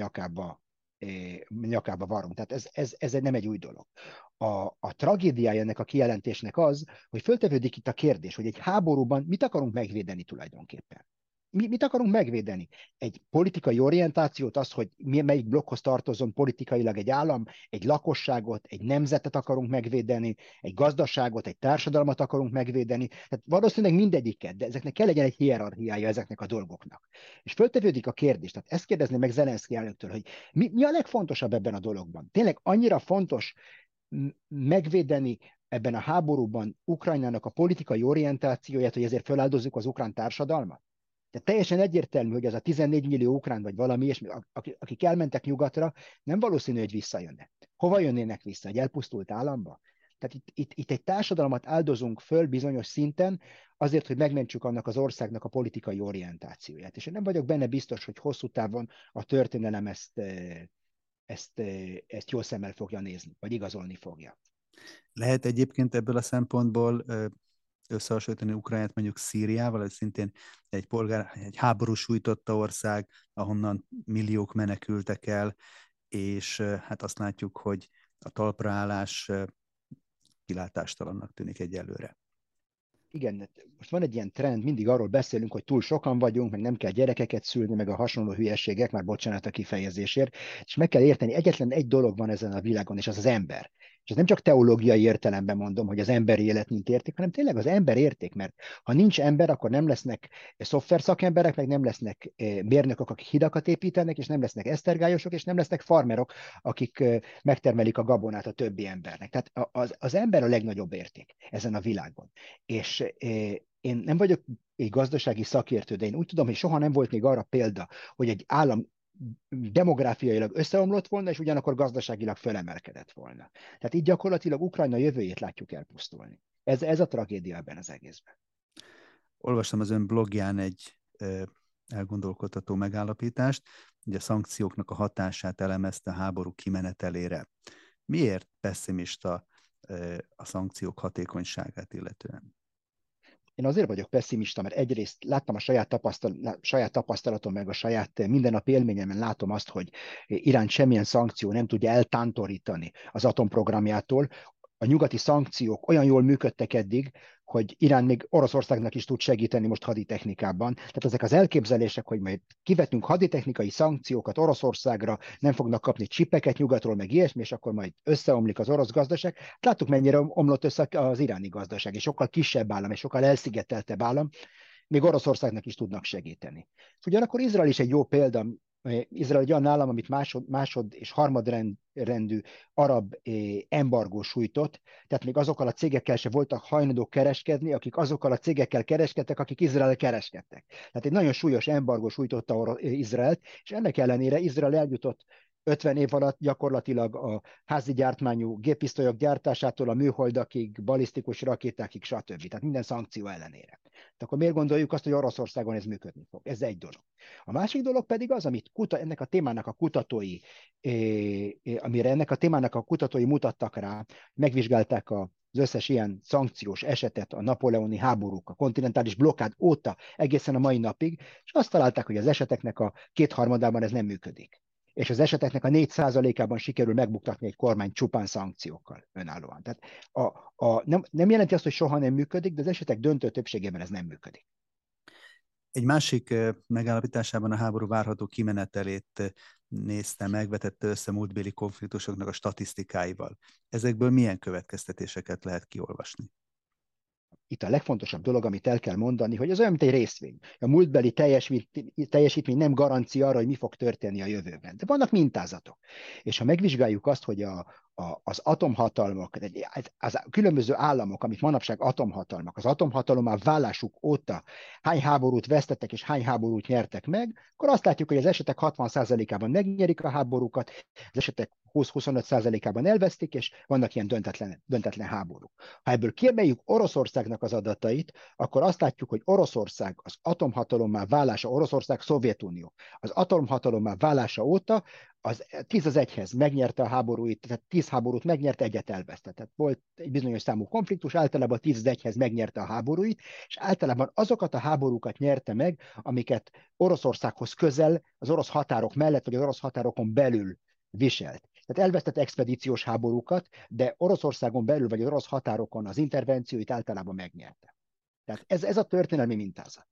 nyakába varunk. Tehát ez nem egy új dolog. A tragédiája ennek a kijelentésnek az, hogy föltevődik itt a kérdés, hogy egy háborúban mit akarunk megvédeni tulajdonképpen. Mit akarunk megvédeni? Egy politikai orientációt, az, hogy melyik blokkhoz tartozom politikailag egy állam, egy lakosságot, egy nemzetet akarunk megvédeni, egy gazdaságot, egy társadalmat akarunk megvédeni. Tehát valószínűleg mindegyiket, de ezeknek kell legyen egy hierarchiája ezeknek a dolgoknak. És föltevődik a kérdés, tehát ezt kérdezni meg Zelenszky elnöktől, hogy mi a legfontosabb ebben a dologban? Tényleg annyira fontos megvédeni ebben a háborúban Ukrajnának a politikai orientációját, hogy ezért feláldozzuk az ukrán társadalmat? Tehát teljesen egyértelmű, hogy az a 14 millió ukrán vagy valami, és akik elmentek nyugatra, nem valószínű, hogy visszajönnek. Hova jönnének vissza? Egy elpusztult államba? Tehát itt egy társadalmat áldozunk föl bizonyos szinten, azért, hogy megmentsük annak az országnak a politikai orientációját. És én nem vagyok benne biztos, hogy hosszú távon a történelem ezt jó szemmel fogja nézni, vagy igazolni fogja. Lehet egyébként ebből a szempontból összehasonlítani Ukrajnát mondjuk Szíriával, ez szintén egy háború sújtotta ország, ahonnan milliók menekültek el, és hát azt látjuk, hogy a talpraállás kilátástalannak tűnik egyelőre. Igen, most van egy ilyen trend, mindig arról beszélünk, hogy túl sokan vagyunk, meg nem kell gyerekeket szülni, meg a hasonló hülyeségek, már bocsánat a kifejezésért, és meg kell érteni, egyetlen egy dolog van ezen a világon, és az az ember. És ez nem csak teológiai értelemben mondom, hogy az emberi élet mint érték, hanem tényleg az ember érték, mert ha nincs ember, akkor nem lesznek szoftver szakemberek, meg nem lesznek mérnökök, akik hidakat építenek, és nem lesznek esztergályosok, és nem lesznek farmerok, akik megtermelik a gabonát a többi embernek. Tehát az ember a legnagyobb érték ezen a világon. És én nem vagyok egy gazdasági szakértő, de én úgy tudom, hogy soha nem volt még arra példa, hogy egy állam demográfiailag összeomlott volna, és ugyanakkor gazdaságilag fölemelkedett volna. Tehát így gyakorlatilag Ukrajna jövőjét látjuk elpusztulni. Ez a tragédia ebben az egészben. Olvastam az ön blogján egy elgondolkodtató megállapítást, hogy a szankcióknak a hatását elemezte a háború kimenetelére. Miért pessimista a szankciók hatékonyságát illetően? Én azért vagyok pessimista, mert egyrészt láttam a saját tapasztalatom, meg a saját mindennapi élményemben látom azt, hogy Irán semmilyen szankció nem tudja eltántorítani az atomprogramjától. A nyugati szankciók olyan jól működtek eddig, hogy Irán még Oroszországnak is tud segíteni most haditechnikában. Tehát ezek az elképzelések, hogy majd kivetünk haditechnikai szankciókat Oroszországra, nem fognak kapni csipeket nyugatról, meg ilyesmi, és akkor majd összeomlik az orosz gazdaság. Láttuk, mennyire omlott össze az iráni gazdaság, és sokkal kisebb állam, és sokkal elszigeteltebb állam, még Oroszországnak is tudnak segíteni. Ugyanakkor Izrael is egy jó példa. Izrael egy olyan állam, amit másod és harmadrendű arab embargó sújtott, tehát még azokkal a cégekkel se voltak hajlandók kereskedni, akik azokkal a cégekkel kereskedtek, akik Izrael kereskedtek. Tehát egy nagyon súlyos embargó sújtotta Izraelt, és ennek ellenére Izrael eljutott 50 év alatt gyakorlatilag a házi gyártmányú géppisztolyok gyártásától a műholdakig, balisztikus rakétákig, stb. Tehát minden szankció ellenére. De akkor miért gondoljuk azt, hogy Oroszországon ez működni fog? Ez egy dolog. A másik dolog pedig az, amit ennek a témának a kutatói, amire ennek a témának a kutatói mutattak rá, megvizsgálták az összes ilyen szankciós esetet a napóleoni háborúk, a kontinentális blokkád óta egészen a mai napig, és azt találták, hogy az eseteknek a kétharmadában ez nem működik. És az eseteknek a 4%-ában sikerül megbuktatni egy kormány csupán szankciókkal önállóan. Tehát nem jelenti azt, hogy soha nem működik, de az esetek döntő többségében ez nem működik. Egy másik megállapításában a háború várható kimenetelét nézte meg, vetette össze múltbéli konfliktusoknak a statisztikáival. Ezekből milyen következtetéseket lehet kiolvasni? Itt a legfontosabb dolog, amit el kell mondani, hogy ez olyan, mint egy részvény. A múltbeli teljesítmény nem garancia arra, hogy mi fog történni a jövőben. De vannak mintázatok. És ha megvizsgáljuk azt, hogy az atomhatalmak, az különböző államok, amik manapság atomhatalmak, az atomhatalommá válásuk óta hány háborút vesztettek és hány háborút nyertek meg, akkor azt látjuk, hogy az esetek 60%-ában megnyerik a háborúkat, az esetek 20-25%-ában elvesztik, és vannak ilyen döntetlen háborúk. Ha ebből kiemeljük Oroszországnak az adatait, akkor azt látjuk, hogy Oroszország az atomhatalommá válása, Oroszország Szovjetunió az atomhatalommá válása óta az 10-1-hez megnyerte a háborúit, tehát 10 háborút megnyerte, egyet elvesztett. Tehát volt egy bizonyos számú konfliktus, általában 10-1-hez megnyerte a háborúit, és általában azokat a háborúkat nyerte meg, amiket Oroszországhoz közel, az orosz határok mellett, vagy az orosz határokon belül viselt. Tehát elvesztett expedíciós háborúkat, de Oroszországon belül, vagy az orosz határokon az intervencióit általában megnyerte. Tehát ez a történelmi mintázat.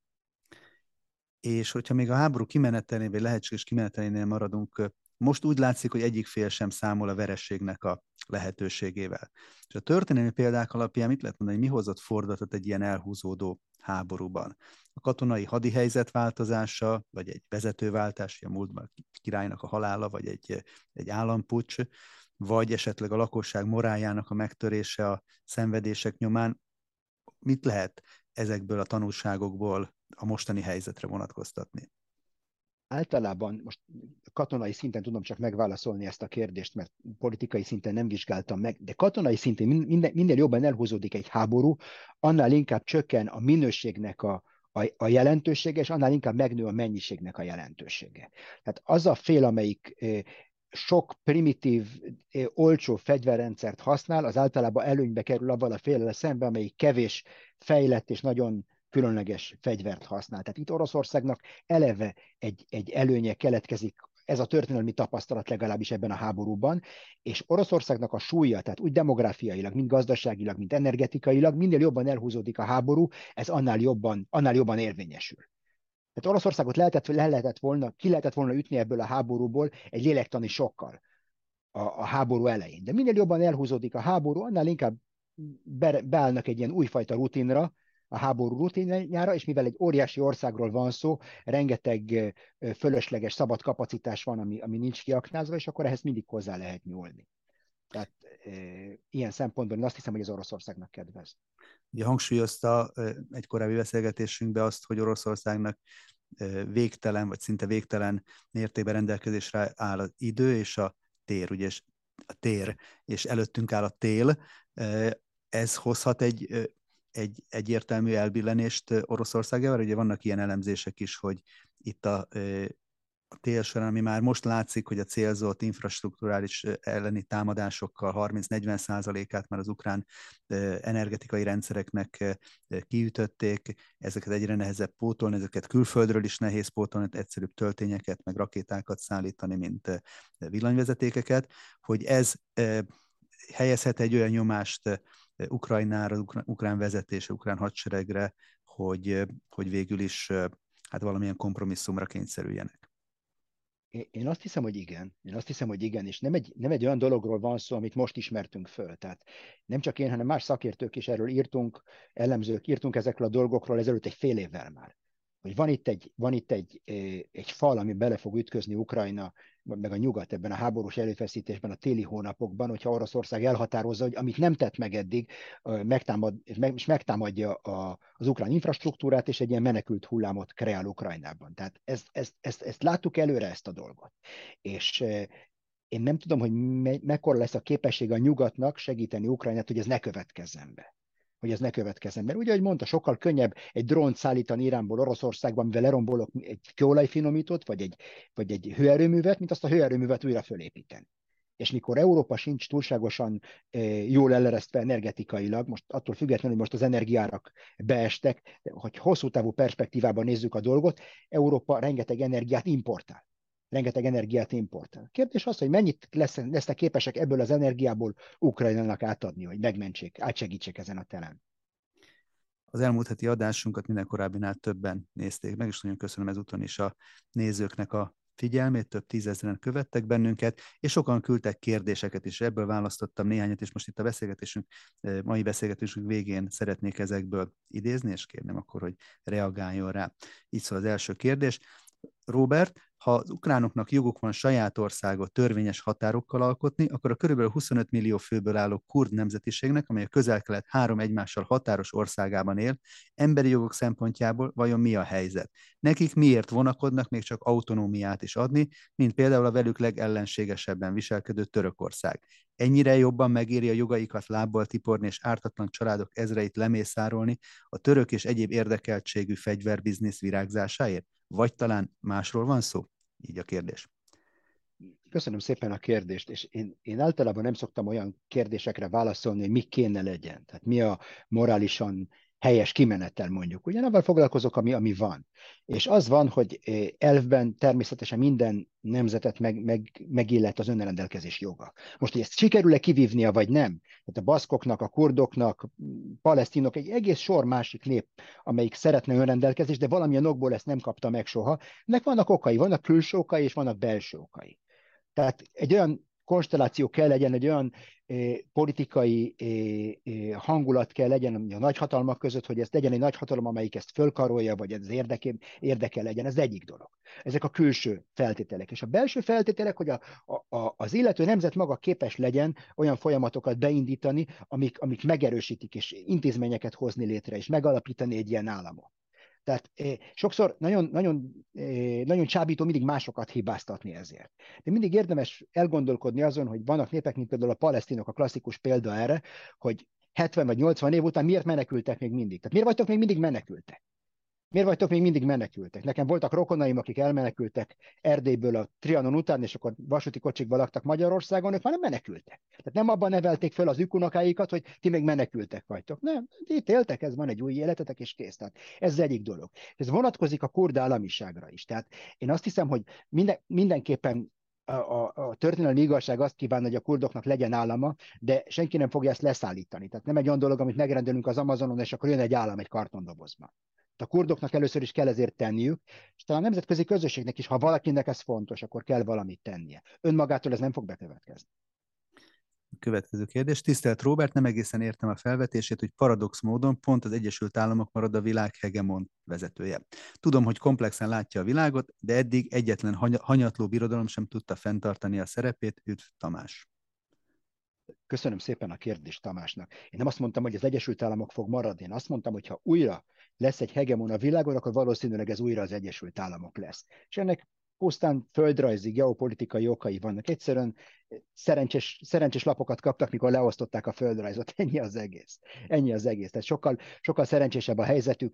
És hogyha még a háború kimenetelénél, vagy lehetséges kimenetelénél maradunk, most úgy látszik, hogy egyik fél sem számol a verességnek a lehetőségével. És a történelmi példák alapján mit lehet mondani, mi hozott fordulatot egy ilyen elhúzódó háborúban? A katonai hadihelyzet változása, vagy egy vezetőváltás, a múltban királynak a halála, vagy egy állampuccs, vagy esetleg a lakosság moráljának a megtörése a szenvedések nyomán. Mit lehet ezekből a tanulságokból a mostani helyzetre vonatkoztatni? Általában most katonai szinten tudom csak megválaszolni ezt a kérdést, mert politikai szinten nem vizsgáltam meg, de katonai szinten minél jobban elhúzódik egy háború, annál inkább csökken a minőségnek a jelentősége, és annál inkább megnő a mennyiségnek a jelentősége. Tehát az a fél, amelyik sok primitív, olcsó fegyverrendszert használ, az általában előnybe kerül avval a féllel szemben, amelyik kevés, fejlett és nagyon különleges fegyvert használ. Tehát itt Oroszországnak eleve egy előnye keletkezik, ez a történelmi tapasztalat legalábbis ebben a háborúban, és Oroszországnak a súlya, tehát úgy demográfiailag, mint gazdaságilag, mint energetikailag, minél jobban elhúzódik a háború, ez annál jobban érvényesül. Tehát Oroszországot ki lehetett volna ütni ebből a háborúból egy lélektani sokkal a háború elején. De minél jobban elhúzódik a háború, annál inkább beállnak egy ilyen újfajta rutinra, a háború rutinjára, és mivel egy óriási országról van szó, rengeteg fölösleges szabad kapacitás van, ami nincs kiaknázva, és akkor ehhez mindig hozzá lehet nyúlni. Tehát ilyen szempontból én azt hiszem, hogy az Oroszországnak kedvez. Ugye hangsúlyozta egy korábbi beszélgetésünkben azt, hogy Oroszországnak végtelen, vagy szinte végtelen mértékben rendelkezésre áll az idő és a tér, ugye a tér, és előttünk áll a tél. Ez hozhat egy egyértelmű elbillenést Oroszországával. Ugye vannak ilyen elemzések is, hogy itt a tél során, ami már most látszik, hogy a célzott infrastrukturális elleni támadásokkal 30-40%-át már az ukrán energetikai rendszereknek kiütötték, ezeket egyre nehezebb pótolni, ezeket külföldről is nehéz pótolni, egyszerűbb töltényeket, meg rakétákat szállítani, mint villanyvezetékeket, hogy ez helyezhet egy olyan nyomást Ukrajnára, ukrán vezetése, ukrán hadseregre, hogy végül is hát valamilyen kompromisszumra kényszerüljenek. Én azt hiszem, hogy igen. És nem egy olyan dologról van szó, amit most ismertünk föl. Tehát nem csak én, hanem más szakértők is erről írtunk, elemzők írtunk ezekről a dolgokról ezelőtt egy fél évvel már. Hogy van itt egy fal, ami bele fog ütközni Ukrajna, meg a nyugat ebben a háborús előfeszítésben a téli hónapokban, hogyha Oroszország elhatározza, hogy amit nem tett meg eddig, megtámadja az ukrán infrastruktúrát, és egy ilyen menekült hullámot kreál Ukrajnában. Tehát ezt láttuk előre, ezt a dolgot. És én nem tudom, hogy mekkora lesz a képesség a nyugatnak segíteni Ukrajnát, hogy ez ne következzen be. Mert ugye, ahogy mondta, sokkal könnyebb egy drónt szállítani Iránból Oroszországba, mivel lerombolok egy kőolajfinomítót, vagy egy hőerőművet, mint azt a hőerőművet újra fölépíteni. És mikor Európa sincs túlságosan jól eleresztve energetikailag, most attól függetlenül, hogy most az energiárak beestek, hogy hosszú távú perspektívában nézzük a dolgot, Európa rengeteg energiát importál. Kérdés az, hogy mennyit lesznek képesek ebből az energiából Ukrajnának átadni, hogy megmentsék, átsegítsék ezen a telen. Az elmúlt heti adásunkat minden korábbinál többen nézték meg, és nagyon köszönöm ezúton is a nézőknek a figyelmét, több tízezren követtek bennünket, és sokan küldtek kérdéseket is, ebből választottam néhányat, és most itt a mai beszélgetésünk végén szeretnék ezekből idézni, és kérném akkor, hogy reagáljon rá. Így szól az első kérdés. Robert, ha az ukránoknak joguk van saját országot törvényes határokkal alkotni, akkor a körülbelül 25 millió főből álló kurd nemzetiségnek, amely a Közel-Kelet 3 egymással határos országában él, emberi jogok szempontjából vajon mi a helyzet? Nekik miért vonakodnak még csak autonómiát is adni, mint például a velük legellenségesebben viselkedő Törökország? Ennyire jobban megéri a jogaikat lábbal tiporni és ártatlan családok ezreit lemészárolni a török és egyéb érdekeltségű fegyverbiznisz virágzásáért? Vagy talán másról van szó? Így a kérdés. Köszönöm szépen a kérdést, és én általában nem szoktam olyan kérdésekre válaszolni, hogy mi kéne legyen. Tehát mi a morálisan helyes kimenetel mondjuk. Ugyanabban foglalkozok, ami van. És az van, hogy elvben természetesen minden nemzetet megillet az önrendelkezés joga. Most, hogy ezt sikerül-e kivívnia, vagy nem? Tehát a baszkoknak, a kurdoknak, palesztinok, egy egész sor másik nép, amelyik szeretne önrendelkezést, de valamilyen okból ezt nem kapta meg soha. Ennek vannak okai, vannak külső okai, és vannak belső okai. Tehát egy olyan konstelláció kell legyen, egy olyan politikai hangulat kell legyen a nagyhatalmak között, hogy ez legyen egy nagyhatalom, amelyik ezt fölkarolja, vagy ez érdeke legyen, ez egyik dolog. Ezek a külső feltételek. És a belső feltételek, hogy az illető nemzet maga képes legyen olyan folyamatokat beindítani, amik megerősítik, és intézményeket hozni létre, és megalapítani egy ilyen államot. Tehát sokszor nagyon csábító mindig másokat hibáztatni ezért. De mindig érdemes elgondolkodni azon, hogy vannak népek, mint például a palesztinok, a klasszikus példa erre, hogy 70 vagy 80 év után miért menekültek még mindig? Tehát miért vagytok még mindig menekültek? Miért vagytok még mindig menekültek? Nekem voltak rokonaim, akik elmenekültek Erdélyből a Trianon után, és akkor vasúti kocsikba laktak Magyarországon, ők már nem menekültek. Tehát nem abban nevelték föl az ükunokáikat, hogy ti még menekültek vagytok. Nem, itt éltek, ez van egy új életetek, és kész. Tehát ez az egyik dolog. Ez vonatkozik a kurd államiságra is. Tehát én azt hiszem, hogy mindenképpen a történelmi igazság azt kíván, hogy a kurdoknak legyen állama, de senki nem fogja ezt leszállítani. Tehát nem egy olyan dolog, amit megrendelünk az Amazonon, és akkor jön egy állam egy kartondobozban. A kurdoknak először is kell ezért tenniük, és talán a nemzetközi közösségnek is, ha valakinek ez fontos, akkor kell valamit tennie. Önmagától ez nem fog bekövetkezni. Következő kérdés. Tisztelt Róbert, nem egészen értem a felvetését, hogy paradox módon pont az Egyesült Államok marad a világ hegemon vezetője. Tudom, hogy komplexen látja a világot, de eddig egyetlen hanyatló birodalom sem tudta fenntartani a szerepét. Üdv, Tamás. Köszönöm szépen a kérdést Tamásnak. Én nem azt mondtam, hogy az Egyesült Államok fog maradni. Én azt mondtam, hogy ha újra lesz egy hegemon a világon, akkor valószínűleg ez újra az Egyesült Államok lesz. És ennek pusztán földrajzi, geopolitikai okai vannak. Egyszerűen szerencsés lapokat kaptak, mikor leosztották a földrajzot. Ennyi az egész. Ennyi az egész. Tehát sokkal szerencsésebb a helyzetük.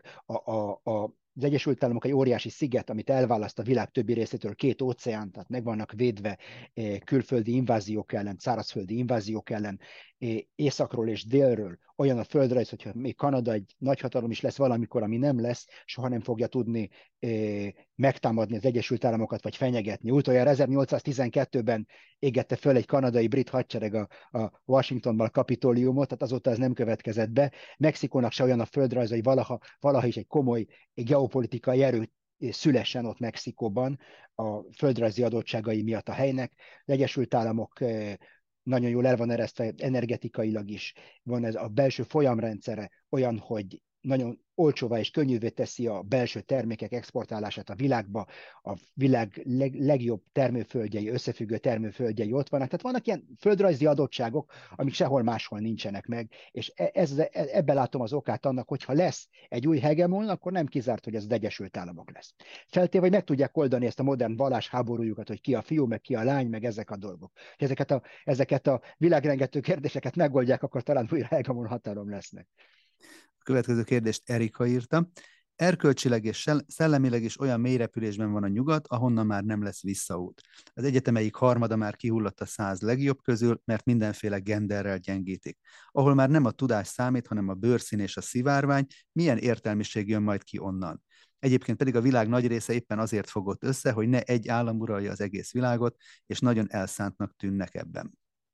Az Egyesült Államok egy óriási sziget, amit elválaszt a világ többi részétől, két óceán, tehát meg vannak védve külföldi inváziók ellen, szárazföldi inváziók ellen, északról és délről. Olyan a földrajz, hogyha még Kanada egy nagyhatalom is lesz valamikor, ami nem lesz, soha nem fogja tudni megtámadni az Egyesült Államokat, vagy fenyegetni. Utoljára 1812-ben égette föl egy kanadai-brit hadsereg a Washingtonban a Kapitóliumot, tehát azóta ez nem következett be. Mexikónak se olyan a földrajz, hogy valaha is egy komoly geopolitikai erő szülessen ott Mexikóban a földrajzi adottságai miatt a helynek. Az Egyesült Államok nagyon jól el van eresztve energetikailag is. Van ez a belső folyamrendszere olyan, hogy nagyon olcsóvá és könnyűvé teszi a belső termékek exportálását a világba, a világ legjobb termőföldjei, összefüggő termőföldjei ott vannak. Tehát vannak ilyen földrajzi adottságok, amik sehol máshol nincsenek meg, és ebben látom az okát annak, hogy ha lesz egy új hegemon, akkor nem kizárt, hogy ez az Egyesült Államok lesz. Feltéve, hogy meg tudják oldani ezt a modern vallásháborújukat, hogy ki a fiú, meg ki a lány, meg ezek a dolgok. Ha ezeket a világrengető kérdéseket megoldják, akkor talán újra hegemon hatalom lesznek. A következő kérdést Erika írta. Erkölcsileg és szellemileg is olyan mélyrepülésben van a nyugat, ahonnan már nem lesz visszaút. Az egyetemeik harmada már kihullott a 100 legjobb közül, mert mindenféle genderrel gyengítik. Ahol már nem a tudás számít, hanem a bőrszín és a szivárvány, milyen értelmiség jön majd ki onnan? Egyébként pedig a világ nagy része éppen azért fogott össze, hogy ne egy állam uralja az egész világot, és nagyon elszántnak tűnnek ebben.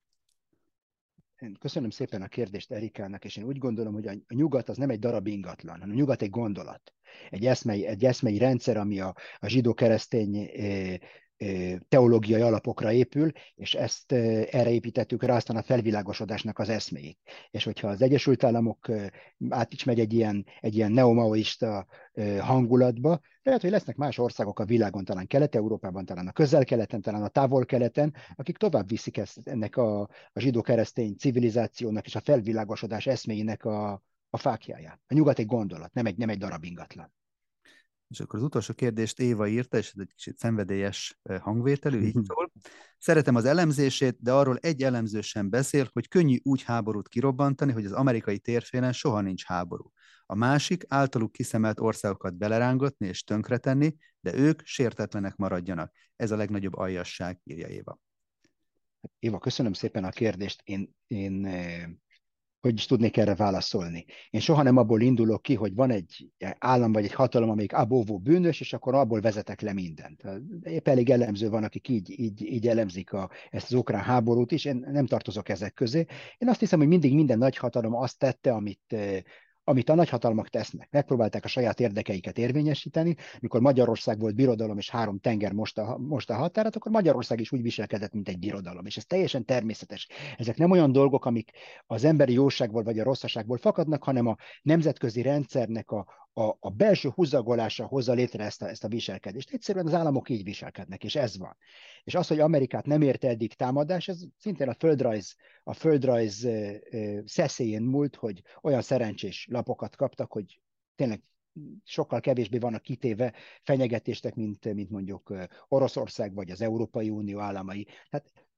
Köszönöm szépen a kérdést Erikának, és én úgy gondolom, hogy a nyugat az nem egy darab ingatlan, hanem a nyugat egy gondolat. Egy eszmei rendszer, ami a zsidó-keresztény teológiai alapokra épül, és ezt erre építettük rá aztán a felvilágosodásnak az eszméit. És hogyha az Egyesült Államok át is megy egy ilyen neomaoista hangulatba, lehet, hogy lesznek más országok a világon, talán Kelet-Európában, talán a Közel-Keleten, talán a Távol-Keleten, akik tovább viszik ennek a zsidó-keresztény civilizációnak és a felvilágosodás eszméinek a fákjáját. A nyugat egy gondolat, nem egy darab ingatlan. És akkor az utolsó kérdést Éva írta, és ez egy kicsit szenvedélyes hangvételű, így szól. Szeretem az elemzését, de arról egy elemző sem beszél, hogy könnyű úgy háborút kirobbantani, hogy az amerikai térfélen soha nincs háború. A másik általuk kiszemelt országokat belerángatni és tönkretenni, de ők sértetlenek maradjanak. Ez a legnagyobb aljasság, írja Éva. Éva, köszönöm szépen a kérdést. Én hogy is tudnék erre válaszolni. Én soha nem abból indulok ki, hogy van egy állam vagy egy hatalom, amelyik abóvó bűnös, és akkor abból vezetek le mindent. Épp elég elemző van, akik így elemzik ezt az ukrán háborút is, én nem tartozok ezek közé. Én azt hiszem, hogy mindig minden nagy hatalom azt tette, amit a nagyhatalmak tesznek. Megpróbálták a saját érdekeiket érvényesíteni. Mikor Magyarország volt birodalom, és 3 tenger most a határát, akkor Magyarország is úgy viselkedett, mint egy birodalom. És ez teljesen természetes. Ezek nem olyan dolgok, amik az emberi jóságból vagy a rosszaságból fakadnak, hanem a nemzetközi rendszernek a belső húzagolása hozza létre ezt a viselkedést. Egyszerűen az államok így viselkednek, és ez van. És az, hogy Amerikát nem érte eddig támadás, ez szintén a földrajz szeszélyén múlt, hogy olyan szerencsés lapokat kaptak, hogy tényleg sokkal kevésbé vannak kitéve fenyegetéstek, mint mondjuk Oroszország vagy az Európai Unió államai. Hát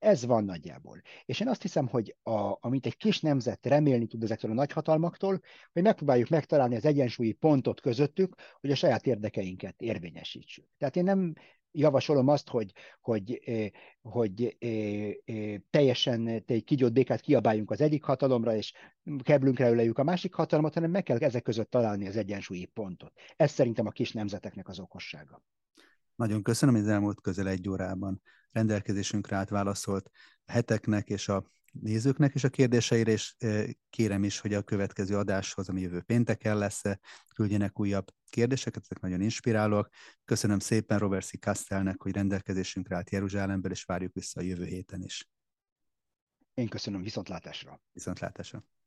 Ez van nagyjából. És én azt hiszem, hogy amit egy kis nemzet remélni tud ezektől a nagyhatalmaktól, hogy megpróbáljuk megtalálni az egyensúlyi pontot közöttük, hogy a saját érdekeinket érvényesítsük. Tehát én nem javasolom azt, hogy teljesen egy kígyót békát kiabáljunk az egyik hatalomra, és keblünkre öleljük a másik hatalmat, hanem meg kell ezek között találni az egyensúlyi pontot. Ez szerintem a kis nemzeteknek az okossága. Nagyon köszönöm, hogy az elmúlt közel 1 órában rendelkezésünkre állt válaszolt a heteknek és a nézőknek is a kérdéseire, és kérem is, hogy a következő adáshoz, ami jövő pénteken lesz, küldjenek újabb kérdéseket, ezek nagyon inspirálóak. Köszönöm szépen Robert C. Castelnek, hogy rendelkezésünkre állt Jeruzsálemből, és várjuk vissza a jövő héten is. Én köszönöm, viszontlátásra. Viszontlátásra.